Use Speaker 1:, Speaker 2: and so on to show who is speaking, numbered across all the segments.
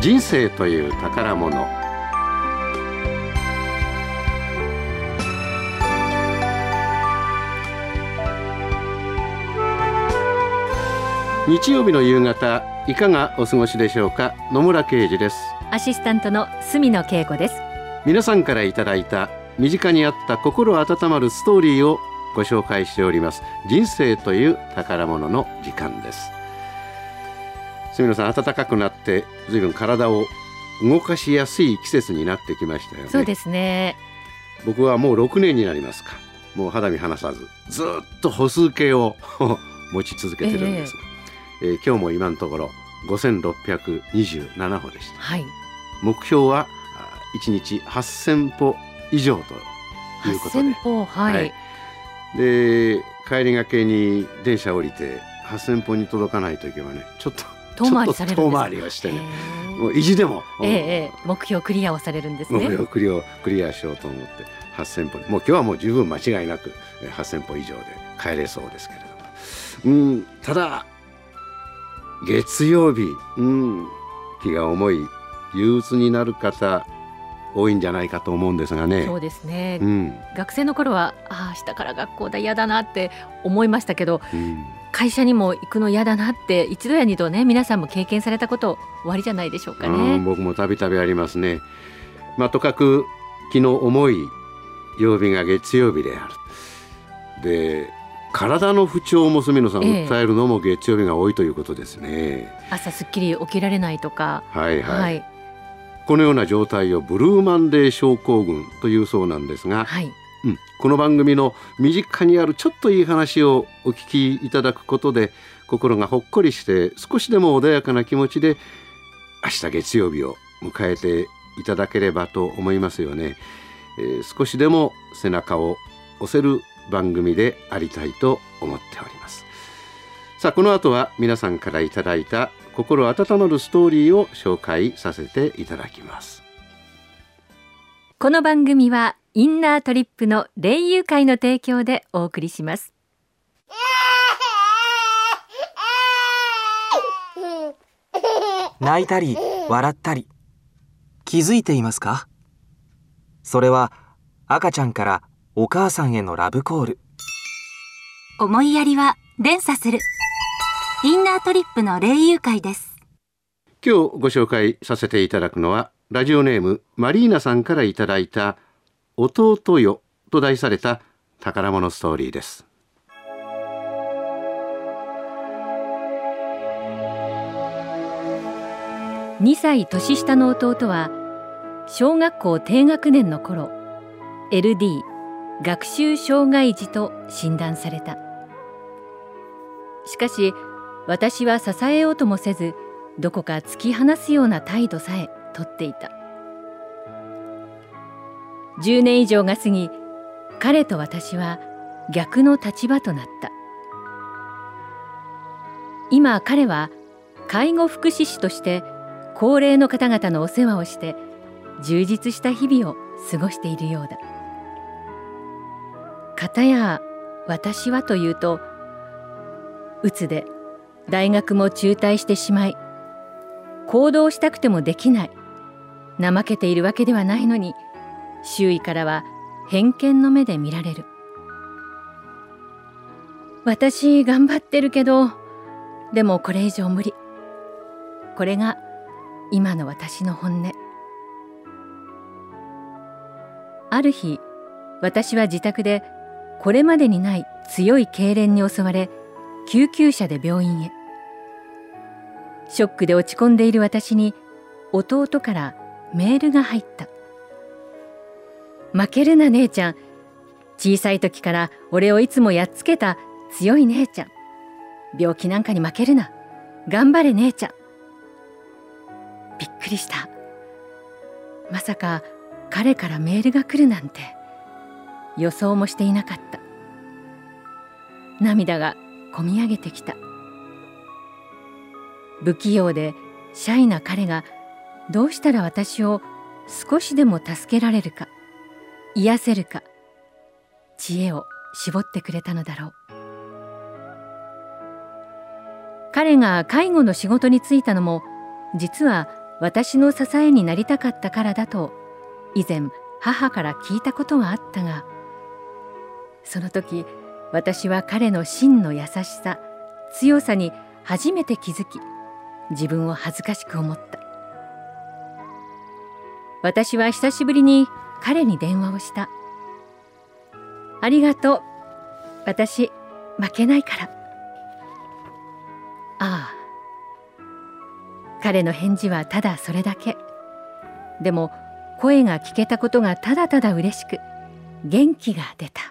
Speaker 1: 人生という宝物。日曜日の夕方、いかがお過ごしでしょうか。野村啓二です。
Speaker 2: アシスタントの住野恵子です。
Speaker 1: 皆さんからいただいた身近にあった心温まるストーリーをご紹介しております。人生という宝物の時間です。住野さん、暖かくなって随分体を動かしやすい季節になってきましたよね。
Speaker 2: そうですね。
Speaker 1: 僕はもう6年になりますか。もう肌身離さずずっと歩数計を持ち続けてるんですが、今日も今のところ5627歩でした。
Speaker 2: はい、
Speaker 1: 目標は1日8000歩以上ということで、
Speaker 2: 8000歩、はい、
Speaker 1: で帰りがけに電車降りて8000歩に届かないときはね、ちょっと
Speaker 2: 遠回りされるんです。
Speaker 1: 遠回りをしてね、もう意地でも、
Speaker 2: 目標クリアをされるんですね。
Speaker 1: 目標クリアしようと思って8000歩、もう今日はもう十分間違いなく8000歩以上で帰れそうですけれども、ただ月曜日、気が重い憂鬱になる方多いんじゃないかと思うんですがね。
Speaker 2: そうですね、学生の頃は明日から学校だ嫌だなって思いましたけど、会社にも行くの嫌だなって一度や二度ね、皆さんも経験されたことおありじゃないでしょうかね。
Speaker 1: 僕もたびたびありますね。とかく気の重い曜日が月曜日である。で体の不調も住野さん、訴えるのも月曜日が多いということですね。
Speaker 2: 朝すっきり起きられないとか、
Speaker 1: このような状態をブルーマンデー症候群というそうなんですが、この番組の身近にあるちょっといい話をお聞きいただくことで、心がほっこりして少しでも穏やかな気持ちで明日月曜日を迎えていただければと思いますよね。少しでも背中を押せる番組でありたいと思っております。さあ、この後は皆さんからいただいた心温まるストーリーを紹介させていただきます。
Speaker 2: この番組はインナートリップの霊友会の提供でお送りします。
Speaker 3: 泣いたり笑ったり、気づいていますか？それは赤ちゃんからお母さんへのラブコール。
Speaker 4: 思いやりは連鎖する。インナートリップの霊友会です。
Speaker 1: 今日ご紹介させていただくのは、ラジオネームマリーナさんからいただいた弟よと題された宝物ストーリーです。
Speaker 2: 2歳年下の弟は小学校低学年の頃、 LD 学習障害児と診断された。しかし私は支えようともせず、どこか突き放すような態度さえとっていた。10年以上が過ぎ、彼と私は逆の立場となった。今彼は介護福祉士として高齢の方々のお世話をして充実した日々を過ごしているようだ。かたや私はというと、うつで大学も中退してしまい、行動したくてもできない、怠けているわけではないのに、周囲からは偏見の目で見られる。私頑張ってるけど、でもこれ以上無理。これが今の私の本音。ある日、私は自宅でこれまでにない強い痙攣に襲われ、救急車で病院へ。ショックで落ち込んでいる私に弟からメールが入った。負けるな姉ちゃん。小さい時から俺をいつもやっつけた強い姉ちゃん。病気なんかに負けるな。頑張れ姉ちゃん。びっくりした。まさか彼からメールが来るなんて予想もしていなかった。涙がこみ上げてきた。不器用でシャイな彼がどうしたら私を少しでも助けられるか、癒せるか、知恵を絞ってくれたのだろう。彼が介護の仕事に就いたのも、実は私の支えになりたかったからだと以前母から聞いたことがあったが、その時私は彼の真の優しさ、強さに初めて気づき、自分を恥ずかしく思った。私は久しぶりに彼に電話をした。ありがとう、私負けないから。ああ、彼の返事はただそれだけ。でも声が聞けたことがただただ嬉しく、元気が出た。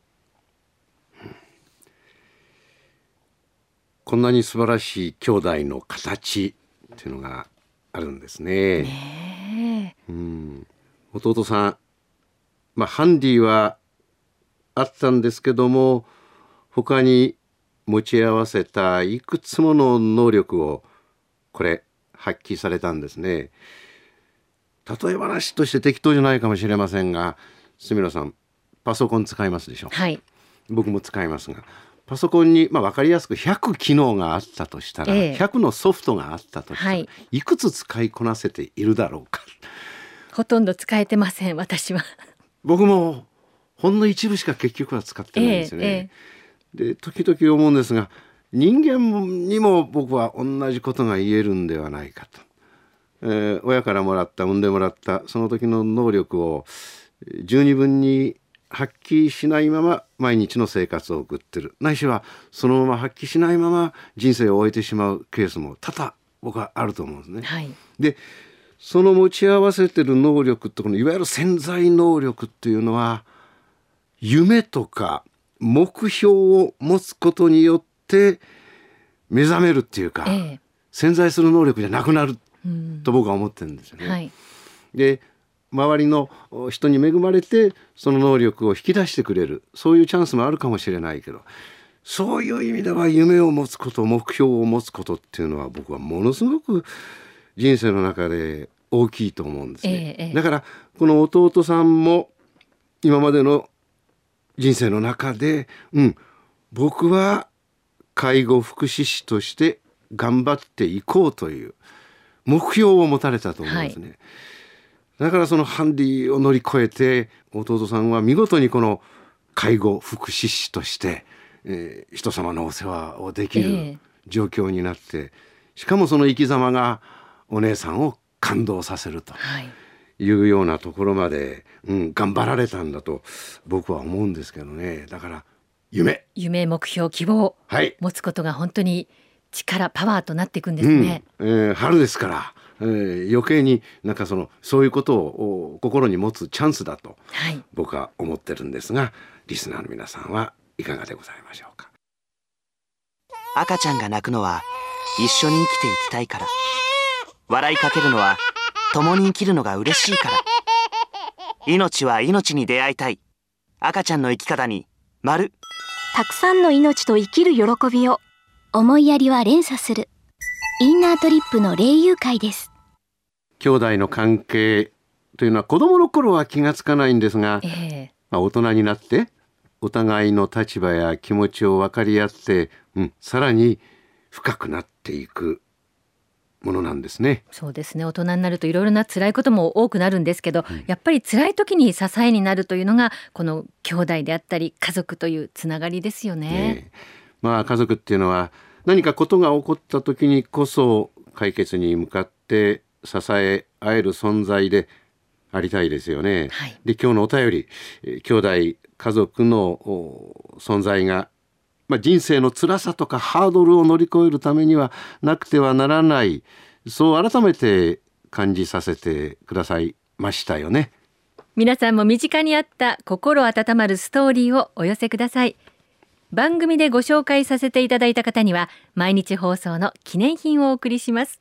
Speaker 1: こんなに素晴らしい兄弟の形っていうのがあるんですね。
Speaker 2: ねえ。
Speaker 1: 弟さん、ハンディはあったんですけども、他に持ち合わせたいくつもの能力をこれ発揮されたんですね。例え話として適当じゃないかもしれませんが、住野さんパソコン使いますでしょ。
Speaker 2: はい。
Speaker 1: 僕も使いますが、パソコンに分かりやすく100機能があったとしたら、100のソフトがあったとしたら、いくつ使いこなせているだろうか。
Speaker 2: ほとんど使えてません、私は。
Speaker 1: 僕もほんの一部しか結局は使ってないんですよね。で、時々思うんですが、人間にも僕は同じことが言えるんではないかと。親からもらった、産んでもらったその時の能力を十二分に発揮しないまま毎日の生活を送ってる、ないしはそのまま発揮しないまま人生を終えてしまうケースも多々僕はあると思うんですね。
Speaker 2: はい、
Speaker 1: で、その持ち合わせてる能力ってこのいわゆる潜在能力っていうのは、夢とか目標を持つことによって目覚めるっていうか、潜在する能力じゃなくなると僕は思ってるんですよね。
Speaker 2: はい、
Speaker 1: で、周りの人に恵まれてその能力を引き出してくれる、そういうチャンスもあるかもしれないけど、そういう意味では夢を持つこと、目標を持つことっていうのは僕はものすごく人生の中で大きいと思うんですね。だからこの弟さんも今までの人生の中で、僕は介護福祉士として頑張っていこうという目標を持たれたと思うんですね。はい、だからそのハンディを乗り越えて弟さんは見事にこの介護福祉士として、人様のお世話をできる状況になって、しかもその生き様がお姉さんを感動させるというようなところまで、頑張られたんだと僕は思うんですけどね。だから夢、
Speaker 2: 目標、希望を持つことが本当に力、パワーとなっていくんですね。
Speaker 1: 春ですから、余計になんかそういうことを心に持つチャンスだと僕は思ってるんですが、リスナーの皆さんはいかがでございましょうか。
Speaker 3: 赤ちゃんが泣くのは一緒に生きていきたいから、笑いかけるのは共に生きるのが嬉しいから、命は命に出会いたい、赤ちゃんの生き方に丸。
Speaker 5: たくさんの命と生きる喜びを、思いやりは連鎖するインナートリップの霊友会です。
Speaker 1: 兄弟の関係というのは子供の頃は気がつかないんですが、大人になってお互いの立場や気持ちを分かり合って、さらに深くなっていくものなんですね。
Speaker 2: そうですね。大人になるといろいろな辛いことも多くなるんですけど、やっぱり辛い時に支えになるというのがこの兄弟であったり家族というつながりですよね。
Speaker 1: 家族っていうのは何かことが起こった時にこそ解決に向かって支え合える存在でありたいですよね。で、今日のお便り、兄弟家族の存在が、人生の辛さとかハードルを乗り越えるためにはなくてはならない、そう改めて感じさせてくださいましたよね。
Speaker 2: 皆さんも身近にあった心温まるストーリーをお寄せください。番組でご紹介させていただいた方には毎日放送の記念品をお送りします。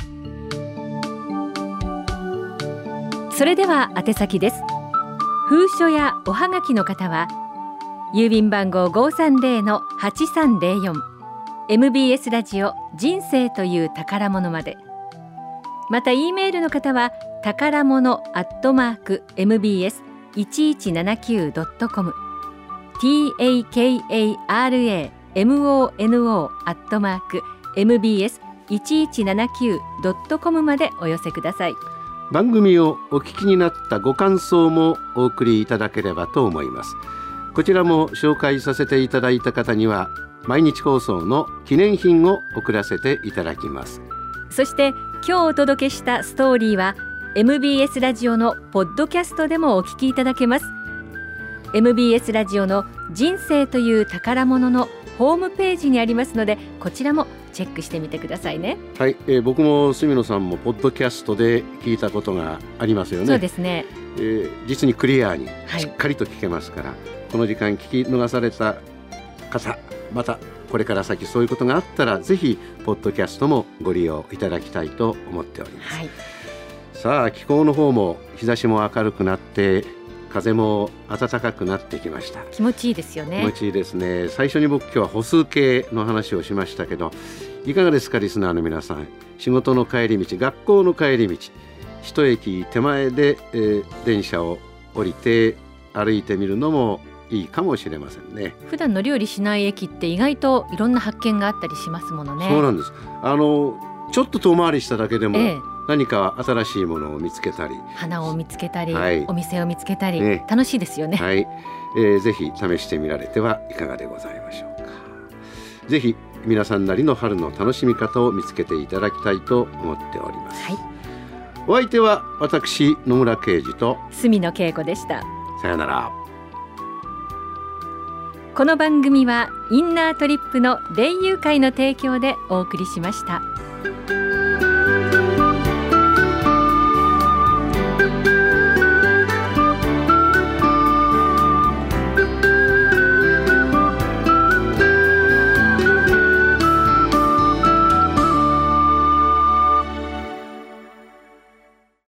Speaker 2: それでは宛先です。封書やおはがきの方は郵便番号 530-8304 MBS ラジオ人生という宝物まで。また E メールの方は宝物@mbs1179.com takaramono@mbs 1179.com までお寄せください。
Speaker 1: 番組をお聞きになったご感想もお送りいただければと思います。こちらも紹介させていただいた方には毎日放送の記念品を送らせていただきます。
Speaker 2: そして今日お届けしたストーリーは MBS ラジオのポッドキャストでもお聞きいただけます。 MBS ラジオの人生という宝物のホームページにありますので、こちらもチェックしてみてくださいね。
Speaker 1: はい、僕も住野さんもポッドキャストで聞いたことがありますよね。
Speaker 2: そうですね、
Speaker 1: 実にクリアにしっかりと聞けますから、この時間聞き逃された方、またこれから先そういうことがあったらぜひポッドキャストもご利用いただきたいと思っております。さあ、気候の方も日差しも明るくなって風も暖かくなってきました。
Speaker 2: 気持ちいいですよね。
Speaker 1: 気持ちいいですね。最初に僕今日は歩数計の話をしましたけど、いかがですかリスナーの皆さん。仕事の帰り道、学校の帰り道、一駅手前で、電車を降りて歩いてみるのもいいかもしれませんね。
Speaker 2: 普段乗り降りしない駅って意外といろんな発見があったりしますものね。
Speaker 1: そうなんです。ちょっと遠回りしただけでも、何か新しいものを見つけたり、
Speaker 2: 花を見つけたり、お店を見つけたり、楽しいですよね。
Speaker 1: ぜひ試してみられてはいかがでございましょうか。ぜひ皆さんなりの春の楽しみ方を見つけていただきたいと思っております。お相手は私野村啓二と
Speaker 2: 住野恵子でした。
Speaker 1: さよなら。
Speaker 2: この番組はインナートリップの霊友会の提供でお送りしました。